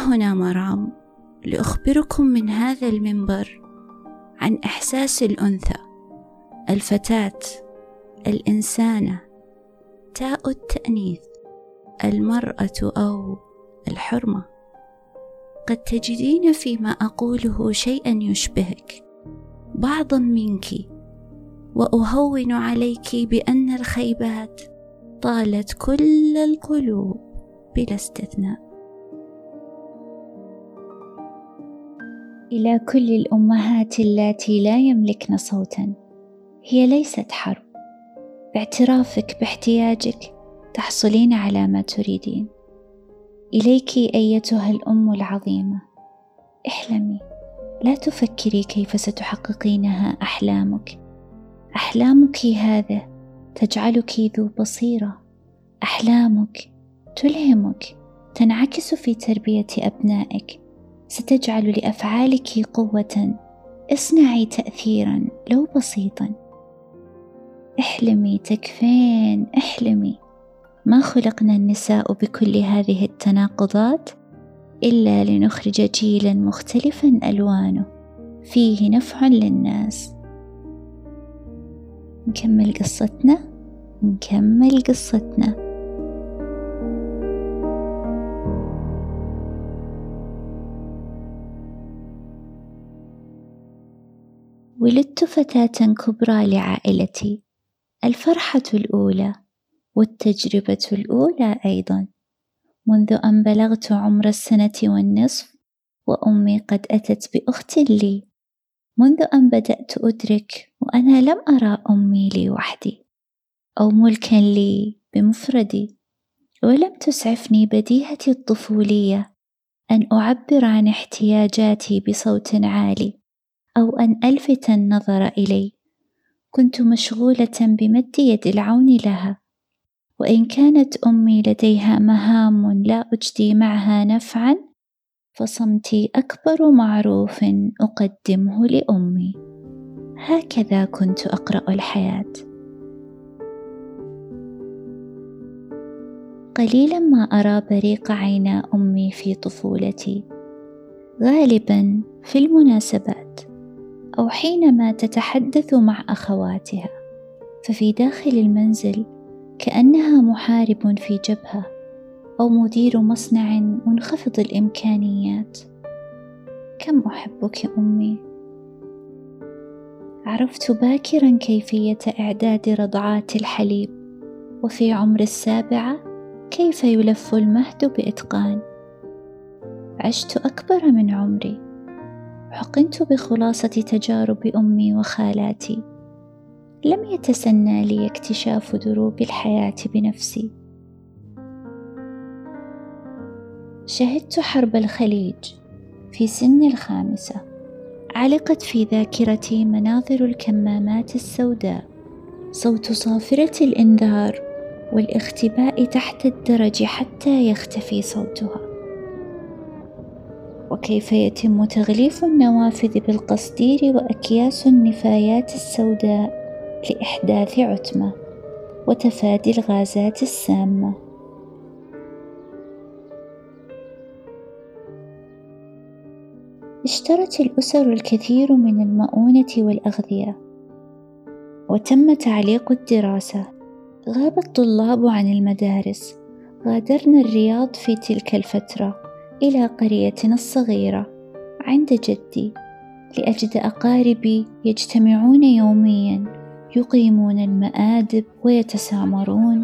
هنا مرام لأخبركم من هذا المنبر عن إحساس الأنثى، الفتاة، الإنسانة، تاء التأنيث، المرأة أو الحرمة. قد تجدين فيما أقوله شيئا يشبهك، بعضا منك، وأهون عليك بأن الخيبات طالت كل القلوب بلا استثناء. إلى كل الأمهات اللاتي لا يملكن صوتا، هي ليست حرب، باعترافك باحتياجك تحصلين على ما تريدين. إليك أيتها الأم العظيمة، احلمي، لا تفكري كيف ستحققينها. أحلامك هذا تجعلك ذو بصيرة، أحلامك تلهمك، تنعكس في تربية أبنائك، ستجعل لأفعالك قوة، اصنعي تأثيرا لو بسيطا. احلمي تكفين، احلمي. ما خلقنا النساء بكل هذه التناقضات إلا لنخرج جيلا مختلفا ألوانه فيه نفع للناس. نكمل قصتنا. ولدت فتاة كبرى لعائلتي، الفرحة الأولى والتجربة الأولى أيضا، منذ أن بلغت عمر 1.5 وأمي قد أتت بأخت لي. منذ أن بدأت أدرك وأنا لم أرى أمي لي وحدي أو ملكا لي بمفردي، ولم تسعفني بديهتي الطفولية أن أعبر عن احتياجاتي بصوت عالي أو أن ألفت النظر إلي. كنت مشغولة بمد يد العون لها، وإن كانت أمي لديها مهام لا أجدي معها نفعا، فصمتي أكبر معروف أقدمه لأمي. هكذا كنت أقرأ الحياة. قليلا ما أرى بريق عينا أمي في طفولتي، غالبا في المناسبات أو حينما تتحدث مع أخواتها، ففي داخل المنزل كأنها محارب في جبهة أو مدير مصنع منخفض الإمكانيات. كم أحبك أمي. عرفت باكرا كيفية إعداد رضعات الحليب، وفي عمر 7 كيف يلف المهد بإتقان. عشت أكبر من عمري، حقنت بخلاصة تجارب أمي وخالاتي. لم يتسنى لي اكتشاف دروب الحياة بنفسي. شهدت حرب الخليج في سن 5. علقت في ذاكرتي مناظر الكمامات السوداء، صوت صافرة الإنذار والاختباء تحت الدرج حتى يختفي صوتها، وكيف يتم تغليف النوافذ بالقصدير وأكياس النفايات السوداء لإحداث عتمة وتفادي الغازات السامة. اشترت الأسر الكثير من المؤونة والأغذية، وتم تعليق الدراسة. غاب الطلاب عن المدارس. غادرنا الرياض في تلك الفترة إلى قريتنا الصغيرة عند جدي، لأجد أقاربي يجتمعون يوميا، يقيمون المآدب ويتسامرون.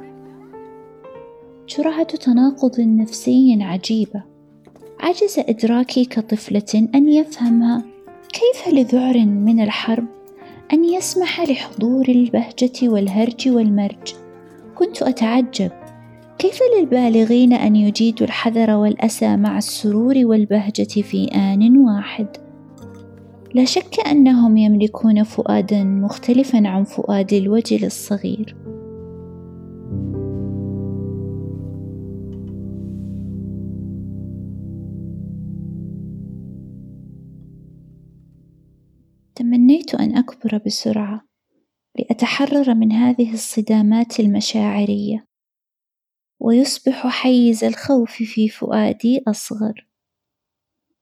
جرعة تناقض نفسي عجيبة، عجز إدراكي كطفلة أن يفهمها. كيف لذعر من الحرب أن يسمح لحضور البهجة والهرج والمرج؟ كنت أتعجب كيف للبالغين أن يجيدوا الحذر والأسى مع السرور والبهجة في آن واحد. لا شك أنهم يملكون فؤادا مختلفا عن فؤاد الوجل الصغير. تمنيت أن أكبر بسرعة لأتحرر من هذه الصدامات المشاعرية، ويصبح حيز الخوف في فؤادي أصغر.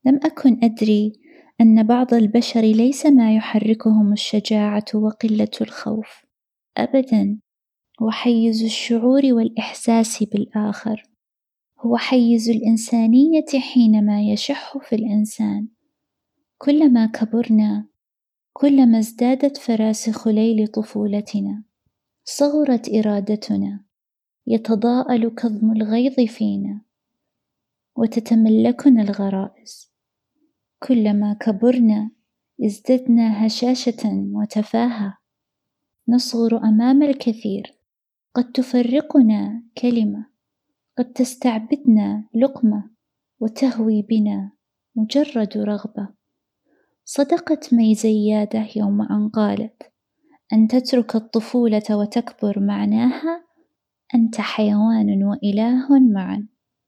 لم أكن أدري أن بعض البشر ليس ما يحركهم الشجاعة وقلة الخوف أبداً، هو حيز الشعور والإحساس بالآخر، هو حيز الإنسانية حينما يشح في الإنسان. كلما كبرنا كلما ازدادت فراسخ ليل طفولتنا، صغرت إرادتنا، يتضاءل كظم الغيظ فينا، وتتملكنا الغرائز. كلما كبرنا ازددنا هشاشة وتفاهة، نصغر أمام الكثير، قد تفرقنا كلمة، قد تستعبدنا لقمة، وتهوي بنا مجرد رغبة. صدقت مي زيادة يوم أن قالت: أن تترك الطفولة وتكبر معناها أنت حيوان وإله معا.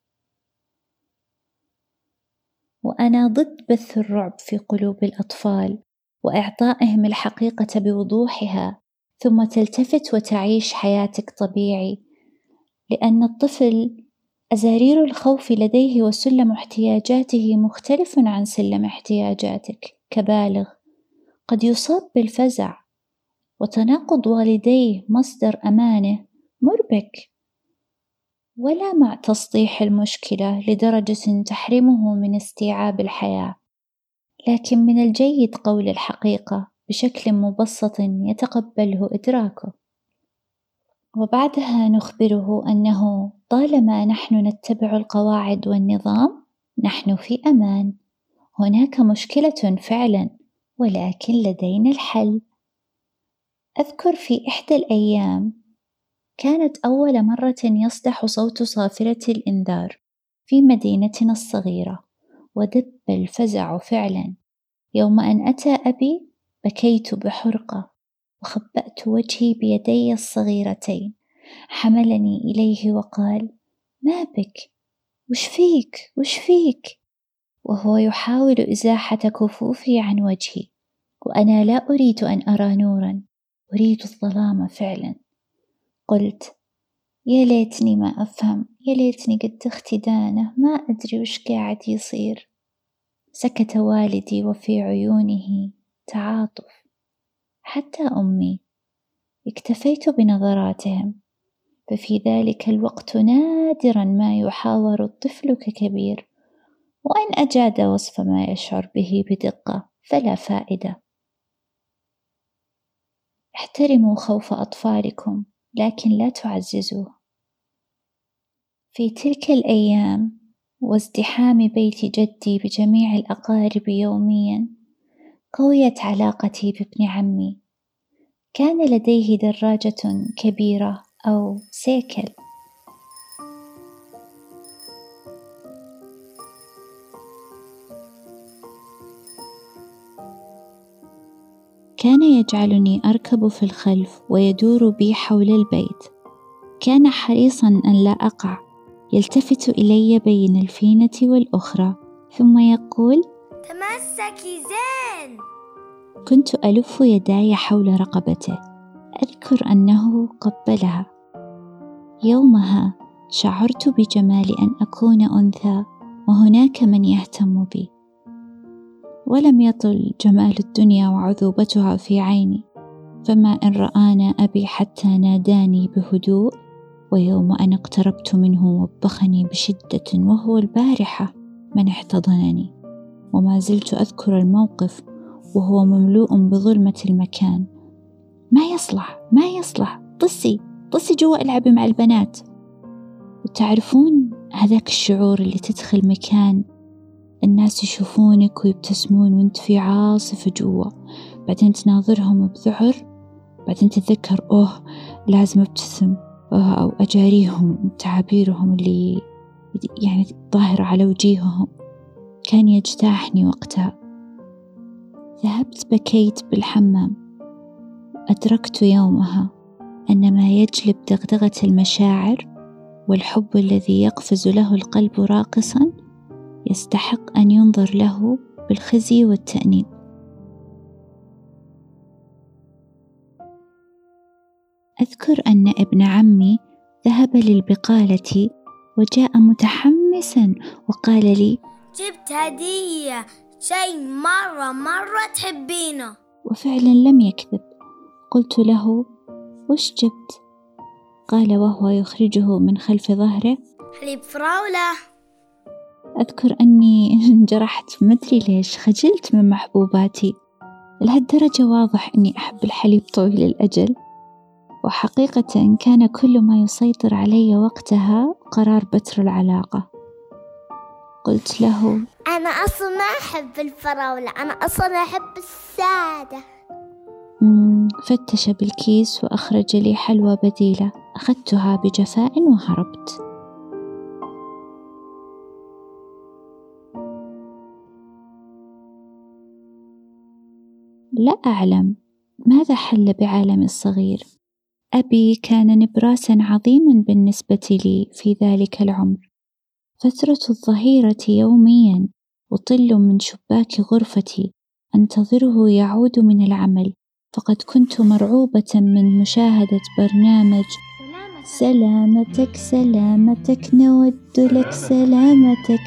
وأنا ضد بث الرعب في قلوب الأطفال وإعطائهم الحقيقة بوضوحها ثم تلتفت وتعيش حياتك طبيعي، لأن الطفل أزارير الخوف لديه وسلم احتياجاته مختلف عن سلم احتياجاتك كبالغ. قد يصاب بالفزع، وتناقض والديه مصدر أمانه مربك، ولا مع تسطيح المشكلة لدرجة تحرمه من استيعاب الحياة، لكن من الجيد قول الحقيقة بشكل مبسط يتقبله إدراكه. وبعدها نخبره أنه طالما نحن نتبع القواعد والنظام نحن في أمان. هناك مشكلة فعلا، ولكن لدينا الحل. أذكر في إحدى الأيام كانت أول مرة يصدح صوت صافرة الإنذار في مدينتنا الصغيرة، ودب الفزع فعلا. يوم أن أتى أبي بكيت بحرقة، وخبأت وجهي بيدي الصغيرتين. حملني إليه وقال: ما بك؟ وش فيك؟ وش فيك؟ وهو يحاول إزاحة كفوفي عن وجهي، وأنا لا أريد أن أرى نورا، أريد الظلام فعلا. قلت: يا ليتني ما أفهم، يا ليتني قد أختي دانة ما أدري وش قاعد يصير. سكت والدي وفي عيونه تعاطف، حتى أمي اكتفيت بنظراتهم. ففي ذلك الوقت نادرا ما يحاور الطفل ككبير، وإن أجاد وصف ما يشعر به بدقة فلا فائدة. احترموا خوف أطفالكم، لكن لا تعززوه. في تلك الأيام وازدحام بيت جدي بجميع الأقارب يوميا، قويت علاقتي بابن عمي. كان لديه دراجة كبيرة أو سيكل، كان يجعلني أركب في الخلف ويدور بي حول البيت. كان حريصا أن لا أقع، يلتفت إلي بين الفينة والأخرى ثم يقول: تمسكي زين. كنت ألف يداي حول رقبته. أذكر أنه قبلها. يومها شعرت بجمال أن أكون أنثى وهناك من يهتم بي. ولم يطل جمال الدنيا وعذوبتها في عيني، فما إن رآنا أبي حتى ناداني بهدوء، ويوم أن اقتربت منه وبخني بشدة وهو البارحة من احتضنني. وما زلت أذكر الموقف وهو مملوء بظلمة المكان. ما يصلح، طسي جوا العبي مع البنات. وتعرفون هذاك الشعور اللي تدخل مكان الناس يشوفونك ويبتسمون وانت في عاصفة جوا، بعدين تناظرهم بذعر، بعدين تتذكر لازم ابتسم أو أجاريهم تعابيرهم اللي يعني ظاهرة على وجيههم. كان يجتاحني وقتها. ذهبت بكيت بالحمام. أدركت يومها أن ما يجلب دغدغة المشاعر والحب الذي يقفز له القلب راقصا يستحق أن ينظر له بالخزي والتأنيب. أذكر أن ابن عمي ذهب للبقالة وجاء متحمسا وقال لي: جبت هدية، شيء مرة تحبينه. وفعلا لم يكذب. قلت له: وش جبت؟ قال وهو يخرجه من خلف ظهره: حليب فراولة. أذكر أني انجرحت، مدري ليش، خجلت من محبوباتي لهالدرجة. واضح أني أحب الحليب طويل الأجل. وحقيقة كان كل ما يسيطر علي وقتها قرار بتر العلاقة. قلت له: أنا أصلا ما أحب الفراولة، أنا أصلا أحب السادة. فتش بالكيس وأخرج لي حلوى بديلة، أخذتها بجفاء وهربت. لا أعلم ماذا حل بعالمي الصغير. أبي كان نبراسا عظيما بالنسبة لي في ذلك العمر. فترة الظهيرة يوميا أطل من شباك غرفتي أنتظره يعود من العمل، فقد كنت مرعوبة من مشاهدة برنامج سلامتك سلامتك نود لك سلامتك.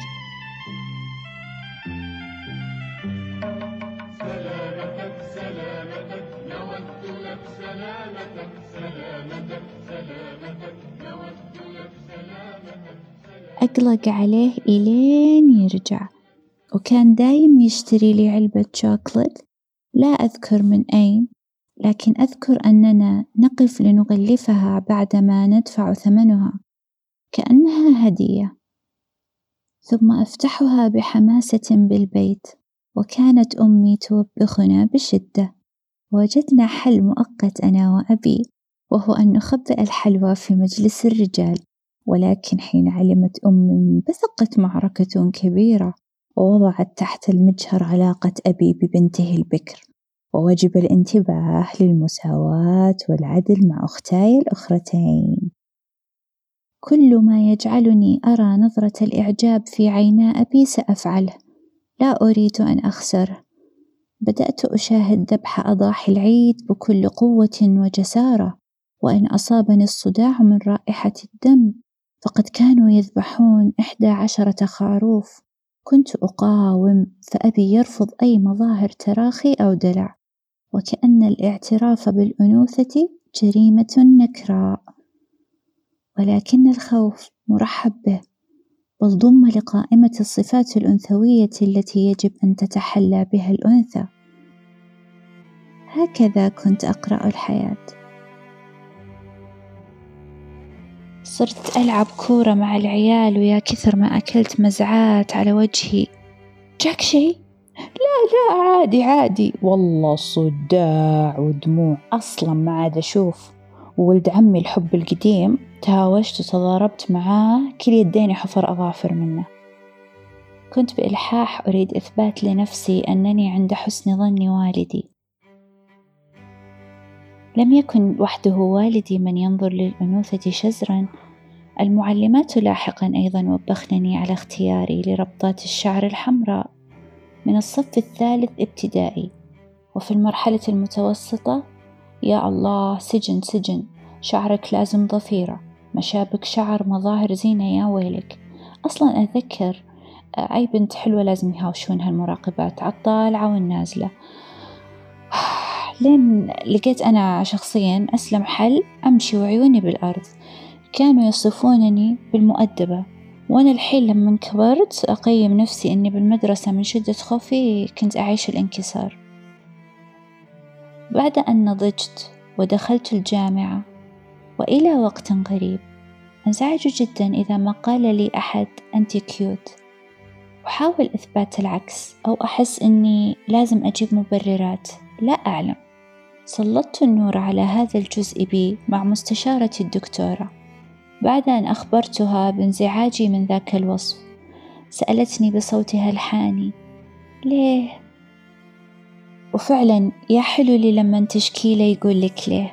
أقلق عليه إلين يرجع، وكان دايم يشتري لي علبة شوكولات لا أذكر من أين، لكن أذكر أننا نقف لنغلفها بعدما ندفع ثمنها كأنها هدية، ثم أفتحها بحماسة بالبيت. وكانت أمي توبخنا بشدة. وجدنا حل مؤقت أنا وأبي، وهو أن نخبئ الحلوى في مجلس الرجال. ولكن حين علمت أمي انبثقت معركة كبيرة، ووضعت تحت المجهر علاقة أبي ببنته البكر، ووجب الانتباه للمساواة والعدل مع أختاي الأخرتين. كل ما يجعلني أرى نظرة الإعجاب في عينا أبي سأفعله، لا أريد أن أخسره. بدأت أشاهد ذبح أضاحي العيد بكل قوة وجسارة، وإن أصابني الصداع من رائحة الدم فقد كانوا يذبحون 11 خروف. كنت أقاوم، فأبي يرفض أي مظاهر تراخي أو دلع، وكأن الاعتراف بالأنوثة جريمة نكراء. ولكن الخوف مرحب به، بل ضم لقائمة الصفات الأنثوية التي يجب أن تتحلى بها الأنثى. هكذا كنت أقرأ الحياة. صرت ألعب كورة مع العيال، ويا كثر ما أكلت مزعات على وجهي. جاك شيء؟ لا عادي والله، صداع ودموع، أصلا ما عاد أشوف. وولد عمي الحب القديم تهاوشت وتضاربت معاه، كل يديني حفر أظافر منه. كنت بإلحاح أريد إثبات لنفسي أنني عند حسن ظن والدي. لم يكن وحده والدي من ينظر للأنوثة شزرا. المعلمات لاحقا أيضا وبخنني على اختياري لربطات الشعر الحمراء من الصف الثالث ابتدائي. وفي المرحلة المتوسطة يا الله، سجن، شعرك لازم ضفيرة، مشابك شعر، مظاهر زينة يا ويلك. أصلا أذكر أي بنت حلوة لازم يهاوشونها المراقبات على الطالعة والنازلة. لين لقيت أنا شخصيا أسلم حل أمشي وعيوني بالأرض. كانوا يصفونني بالمؤدبة، وأنا الحين لما كبرت أقيم نفسي أني بالمدرسة من شدة خوفي كنت أعيش الانكسار. بعد أن نضجت ودخلت الجامعة وإلى وقت قريب أنزعج جدا إذا ما قال لي أحد أنت كيوت، أحاول إثبات العكس أو أحس أني لازم أجيب مبررات، لا أعلم. سلطت النور على هذا الجزء بي مع مستشارة الدكتورة بعد أن أخبرتها بانزعاجي من ذاك الوصف. سألتني بصوتها الحاني: ليه؟ وفعلا يا حلو لي لما تشكي لي يقول لك ليه.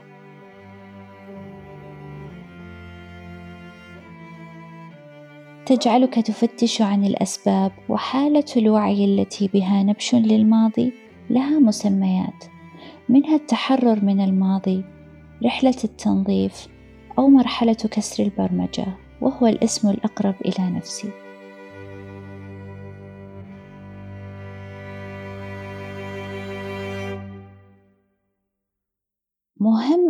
تجعلك تفتش عن الأسباب، وحالة الوعي التي بها نبش للماضي لها مسميات، منها التحرر من الماضي، رحلة التنظيف، أو مرحلة كسر البرمجة، وهو الاسم الأقرب إلى نفسي.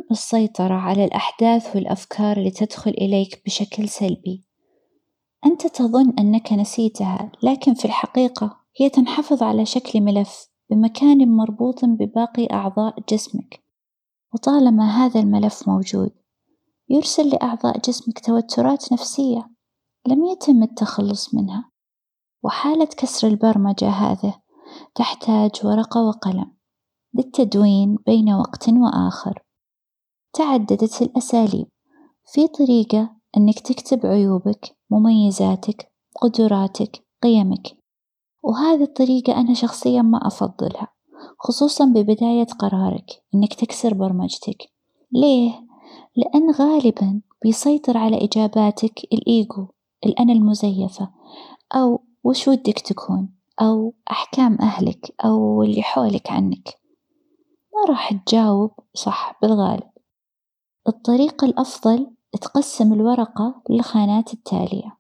السيطرة على الأحداث والأفكار اللي تدخل إليك بشكل سلبي. أنت تظن أنك نسيتها، لكن في الحقيقة هي تنحفظ على شكل ملف بمكان مربوط بباقي أعضاء جسمك، وطالما هذا الملف موجود يرسل لأعضاء جسمك توترات نفسية لم يتم التخلص منها. وحالة كسر البرمجة هذه تحتاج ورقة وقلم للتدوين بين وقت وآخر. تعددت الأساليب، في طريقة أنك تكتب عيوبك، مميزاتك، قدراتك، قيمك، وهذه الطريقة أنا شخصيا ما أفضلها، خصوصا ببداية قرارك أنك تكسر برمجتك. ليه؟ لأن غالبا بيسيطر على إجاباتك الإيجو، الأنا المزيفة، أو وش ودك تكون، أو أحكام أهلك أو اللي حولك عنك. ما راح تجاوب صح بالغالب. الطريقة الأفضل تقسم الورقة للخانات التالية: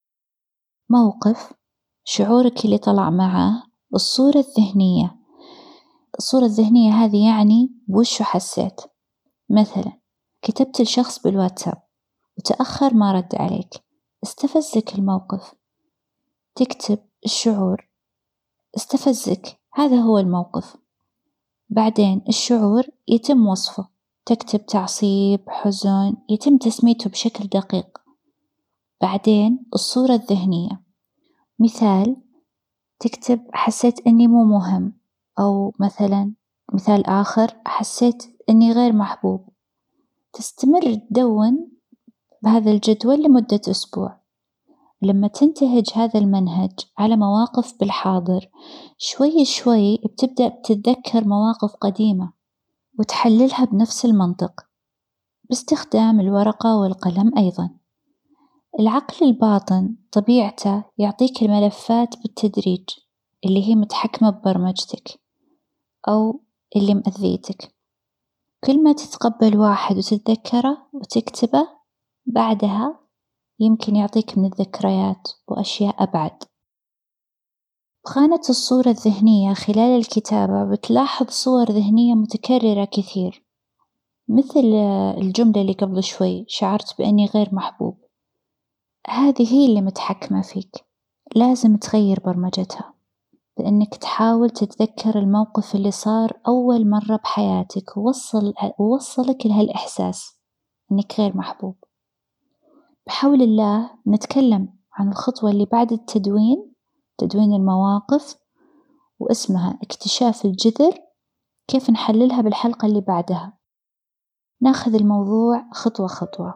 موقف، شعورك اللي طلع معاه، الصورة الذهنية. الصورة الذهنية هذه يعني وش حسيت، مثلا كتبت لشخص بالواتساب وتأخر ما رد عليك، استفزك الموقف. تكتب الشعور، استفزك، هذا هو الموقف. بعدين الشعور يتم وصفه، تكتب تعصيب، حزن، يتم تسميته بشكل دقيق. بعدين الصورة الذهنية، مثال تكتب حسيت أني مو مهم، أو مثلا مثال آخر حسيت أني غير محبوب. تستمر تدون بهذا الجدول لمدة أسبوع. لما تنتهج هذا المنهج على مواقف بالحاضر، شوي شوي بتبدأ تتذكر مواقف قديمة وتحللها بنفس المنطق باستخدام الورقة والقلم. أيضا العقل الباطن طبيعته يعطيك الملفات بالتدريج اللي هي متحكمة ببرمجتك أو اللي مأذيتك. كل ما تتقبل واحد وتتذكره وتكتبه، بعدها يمكن يعطيك من الذكريات وأشياء أبعد. بخانة الصورة الذهنية خلال الكتابة بتلاحظ صور ذهنية متكررة كثير، مثل الجملة اللي قبل شوي، شعرت بأني غير محبوب. هذه هي اللي متحكمة فيك، لازم تغير برمجتها بأنك تحاول تتذكر الموقف اللي صار أول مرة بحياتك ووصلك لهالإحساس أنك غير محبوب. بحول الله نتكلم عن الخطوة اللي بعد التدوين، تدوين المواقف، واسمها اكتشاف الجذر، كيف نحللها بالحلقة اللي بعدها. ناخذ الموضوع خطوة خطوة.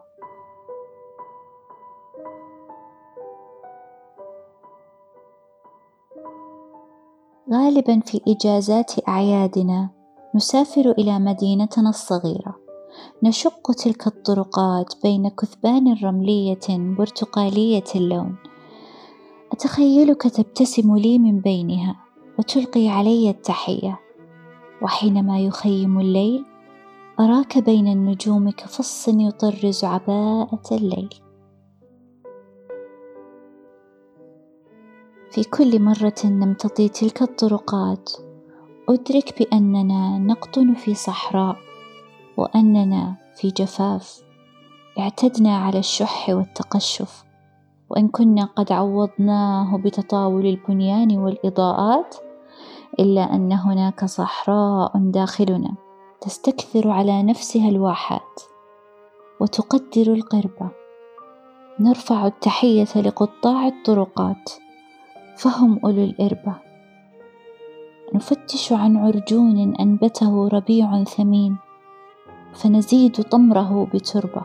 غالبا في إجازات أعيادنا نسافر إلى مدينتنا الصغيرة، نشق تلك الطرقات بين كثبان رملية برتقالية اللون. أتخيلك تبتسم لي من بينها وتلقي علي التحية، وحينما يخيم الليل أراك بين النجوم كفص يطرز عباءة الليل. في كل مرة نمتطي تلك الطرقات أدرك بأننا نقطن في صحراء، وأننا في جفاف. اعتدنا على الشح والتقشف، وإن كنا قد عوضناه بتطاول البنيان والإضاءات، إلا أن هناك صحراء داخلنا تستكثر على نفسها الواحات وتقدر القربة. نرفع التحية لقطاع الطرقات، فهم أولو الإربة. نفتش عن عرجون أنبته ربيع ثمين، فنزيد طمره بتربة.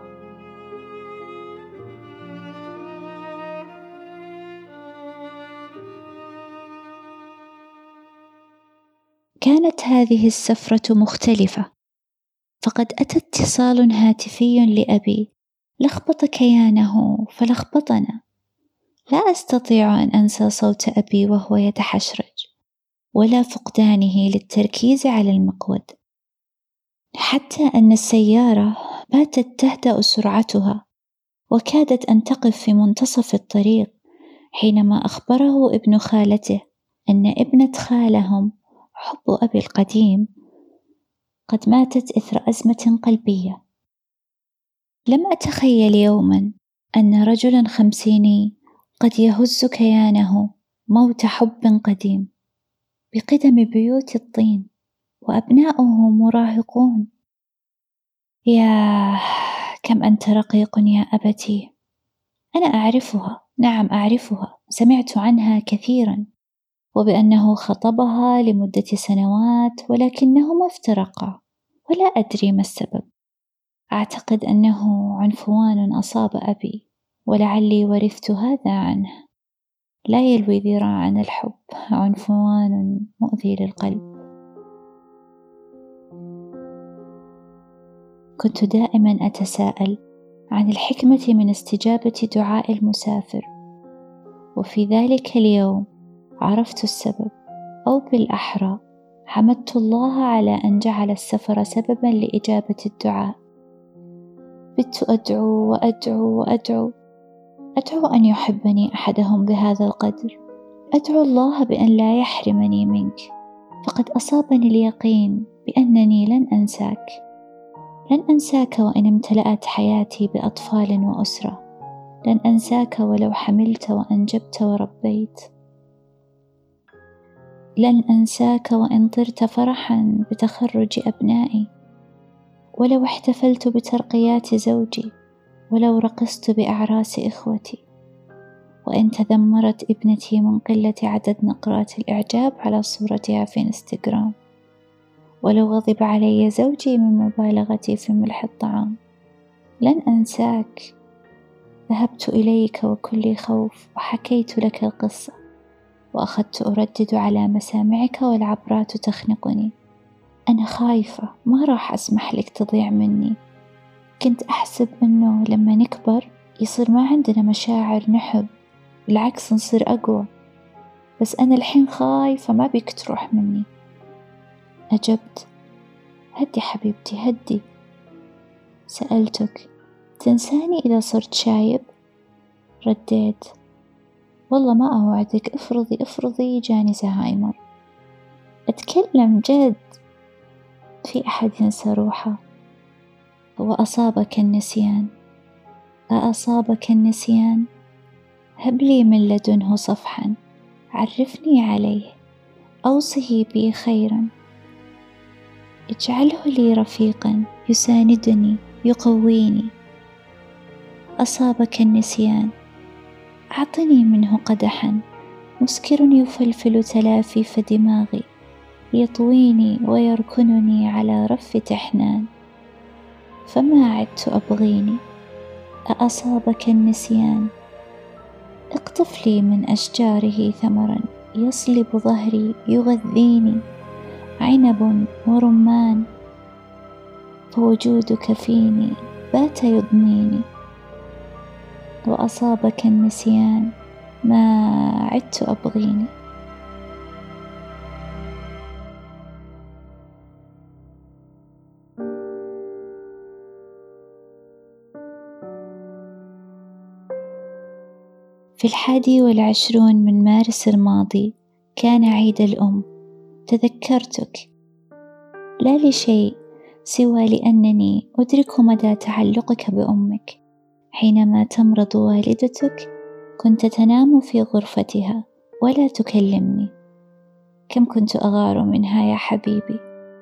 كانت هذه السفرة مختلفة، فقد أتى اتصال هاتفي لأبي لخبط كيانه فلخبطنا. لا أستطيع أن أنسى صوت أبي وهو يتحشرج، ولا فقدانه للتركيز على المقود، حتى أن السيارة باتت تهدأ سرعتها وكادت أن تقف في منتصف الطريق، حينما أخبره ابن خالته أن ابنة خالهم، حب أبي القديم، قد ماتت إثر أزمة قلبية. لم أتخيل يوما أن رجلا خمسيني قد يهز كيانه موت حب قديم بقدم بيوت الطين وأبناؤه مراهقون. يا كم أنت رقيق يا أبتي. أنا أعرفها، نعم أعرفها، سمعت عنها كثيرا، وبأنه خطبها لمدة سنوات ولكنهما افترقا، ولا أدري ما السبب. أعتقد أنه عنفوان أصاب أبي، ولعلي ورثت هذا عنه. لا يلوي ذراعا الحب، عنفوان مؤذي للقلب. كنت دائما أتساءل عن الحكمة من استجابة دعاء المسافر، وفي ذلك اليوم عرفت السبب، أو بالأحرى حمدت الله على أن جعل السفر سببا لإجابة الدعاء. بت أدعو وأدعو وأدعو، أدعو أن يحبني أحدهم بهذا القدر، أدعو الله بأن لا يحرمني منك، فقد أصابني اليقين بأنني لن أنساك، لن أنساك وإن امتلأت حياتي بأطفال وأسرة، لن أنساك ولو حملت وأنجبت وربيت، لن أنساك وإن طرت فرحا بتخرج أبنائي، ولو احتفلت بترقيات زوجي، ولو رقصت بأعراس إخوتي، وإن تذمرت ابنتي من قلة عدد نقرات الإعجاب على صورتها في إنستغرام، ولو غضب علي زوجي من مبالغتي في ملح الطعام. لن أنساك. ذهبت إليك وكلي خوف وحكيت لك القصة، وأخذت أردد على مسامعك والعبرات تخنقني. أنا خايفة، ما راح أسمح لك تضيع مني. كنت أحسب أنه لما نكبر يصير ما عندنا مشاعر نحب، بالعكس نصير أقوى، بس أنا الحين خايفة ما بيك تروح مني. أجبت: هدي حبيبتي هدي. سألتك: تنساني إذا صرت شايب؟ رديت: والله ما أوعدك، افرضي جاني زهايمر. أتكلم جد، في أحد ينسى روحه؟ وأصابك النسيان، أصابك النسيان؟ هب لي من لدنه صفحا، عرفني عليه، أوصه بي خيرا، اجعله لي رفيقا يساندني يقويني. أصابك النسيان، أعطني منه قدحا مسكر يفلفل تلافيف دماغي، يطويني ويركنني على رف تحنان، فما عدت أبغيني. أأصابك النسيان؟ اقطف لي من أشجاره ثمرا يصلب ظهري يغذيني، عنب ورمان، فوجودك فيني بات يضنيني. وأصابك النسيان، ما عدت أبغيني. في 21 من مارس الماضي كان عيد الأم. تذكرتك لا لشيء سوى لأنني أدرك مدى تعلقك بأمك. حينما تمرض والدتك كنت تنام في غرفتها ولا تكلمني. كم كنت أغار منها يا حبيبي.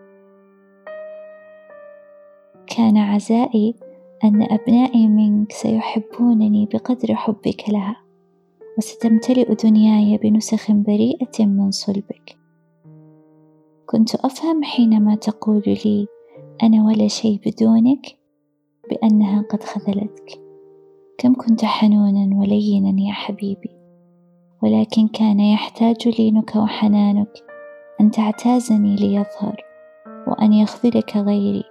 كان عزائي أن أبنائي منك سيحبونني بقدر حبك لها، وستمتلئ دنياي بنسخ بريئة من صلبك. كنت أفهم حينما تقول لي أنا ولا شيء بدونك بأنها قد خذلتك. كم كنت حنونا ولينا يا حبيبي، ولكن كان يحتاج لينك وحنانك أن تعتازني ليظهر، وأن يخذلك غيري.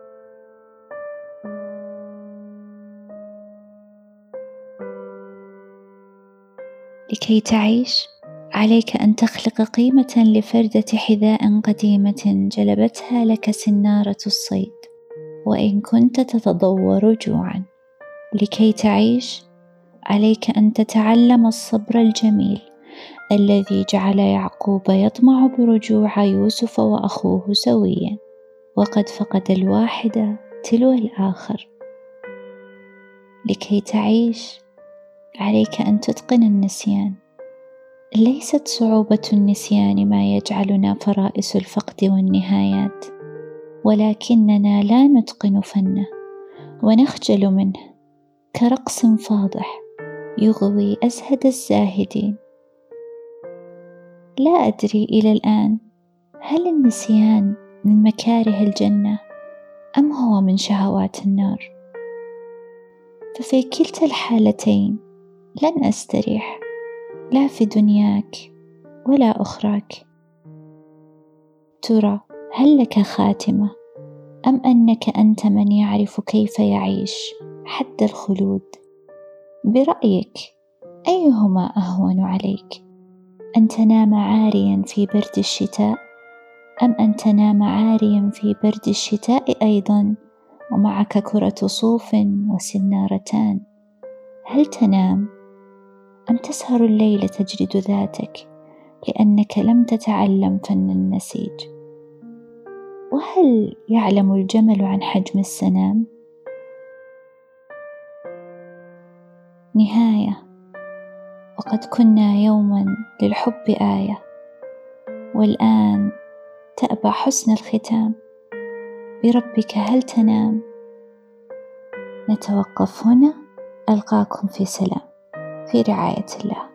لكي تعيش عليك أن تخلق قيمة لفردة حذاء قديمة جلبتها لك سنارة الصيد، وإن كنت تتضور جوعا. لكي تعيش عليك أن تتعلم الصبر الجميل الذي جعل يعقوب يطمع برجوع يوسف وأخوه سويا. وقد فقد الواحد تلو الآخر. لكي تعيش عليك أن تتقن النسيان. ليست صعوبة النسيان ما يجعلنا فرائس الفقد والنهايات، ولكننا لا نتقن فنه ونخجل منه كرقص فاضح يغوي أزهد الزاهدين. لا أدري إلى الآن هل النسيان من مكاره الجنة أم هو من شهوات النار، ففي كلتا الحالتين لن أستريح، لا في دنياك ولا أخراك. ترى هل لك خاتمة أم أنك أنت من يعرف كيف يعيش حد الخلود؟ برأيك أيهما أهون عليك، أن تنام عاريا في برد الشتاء أم أن تنام عاريا في برد الشتاء أيضا ومعك كرة صوف وسنارتان؟ هل تنام أم تسهر الليل تجلد ذاتك لأنك لم تتعلم فن النسيج؟ وهل يعلم الجمل عن حجم السنام؟ نهاية. وقد كنا يوما للحب آية، والآن تأبى حسن الختام. بربك هل تنام؟ نتوقف هنا. ألقاكم في سلام، في رعاية الله.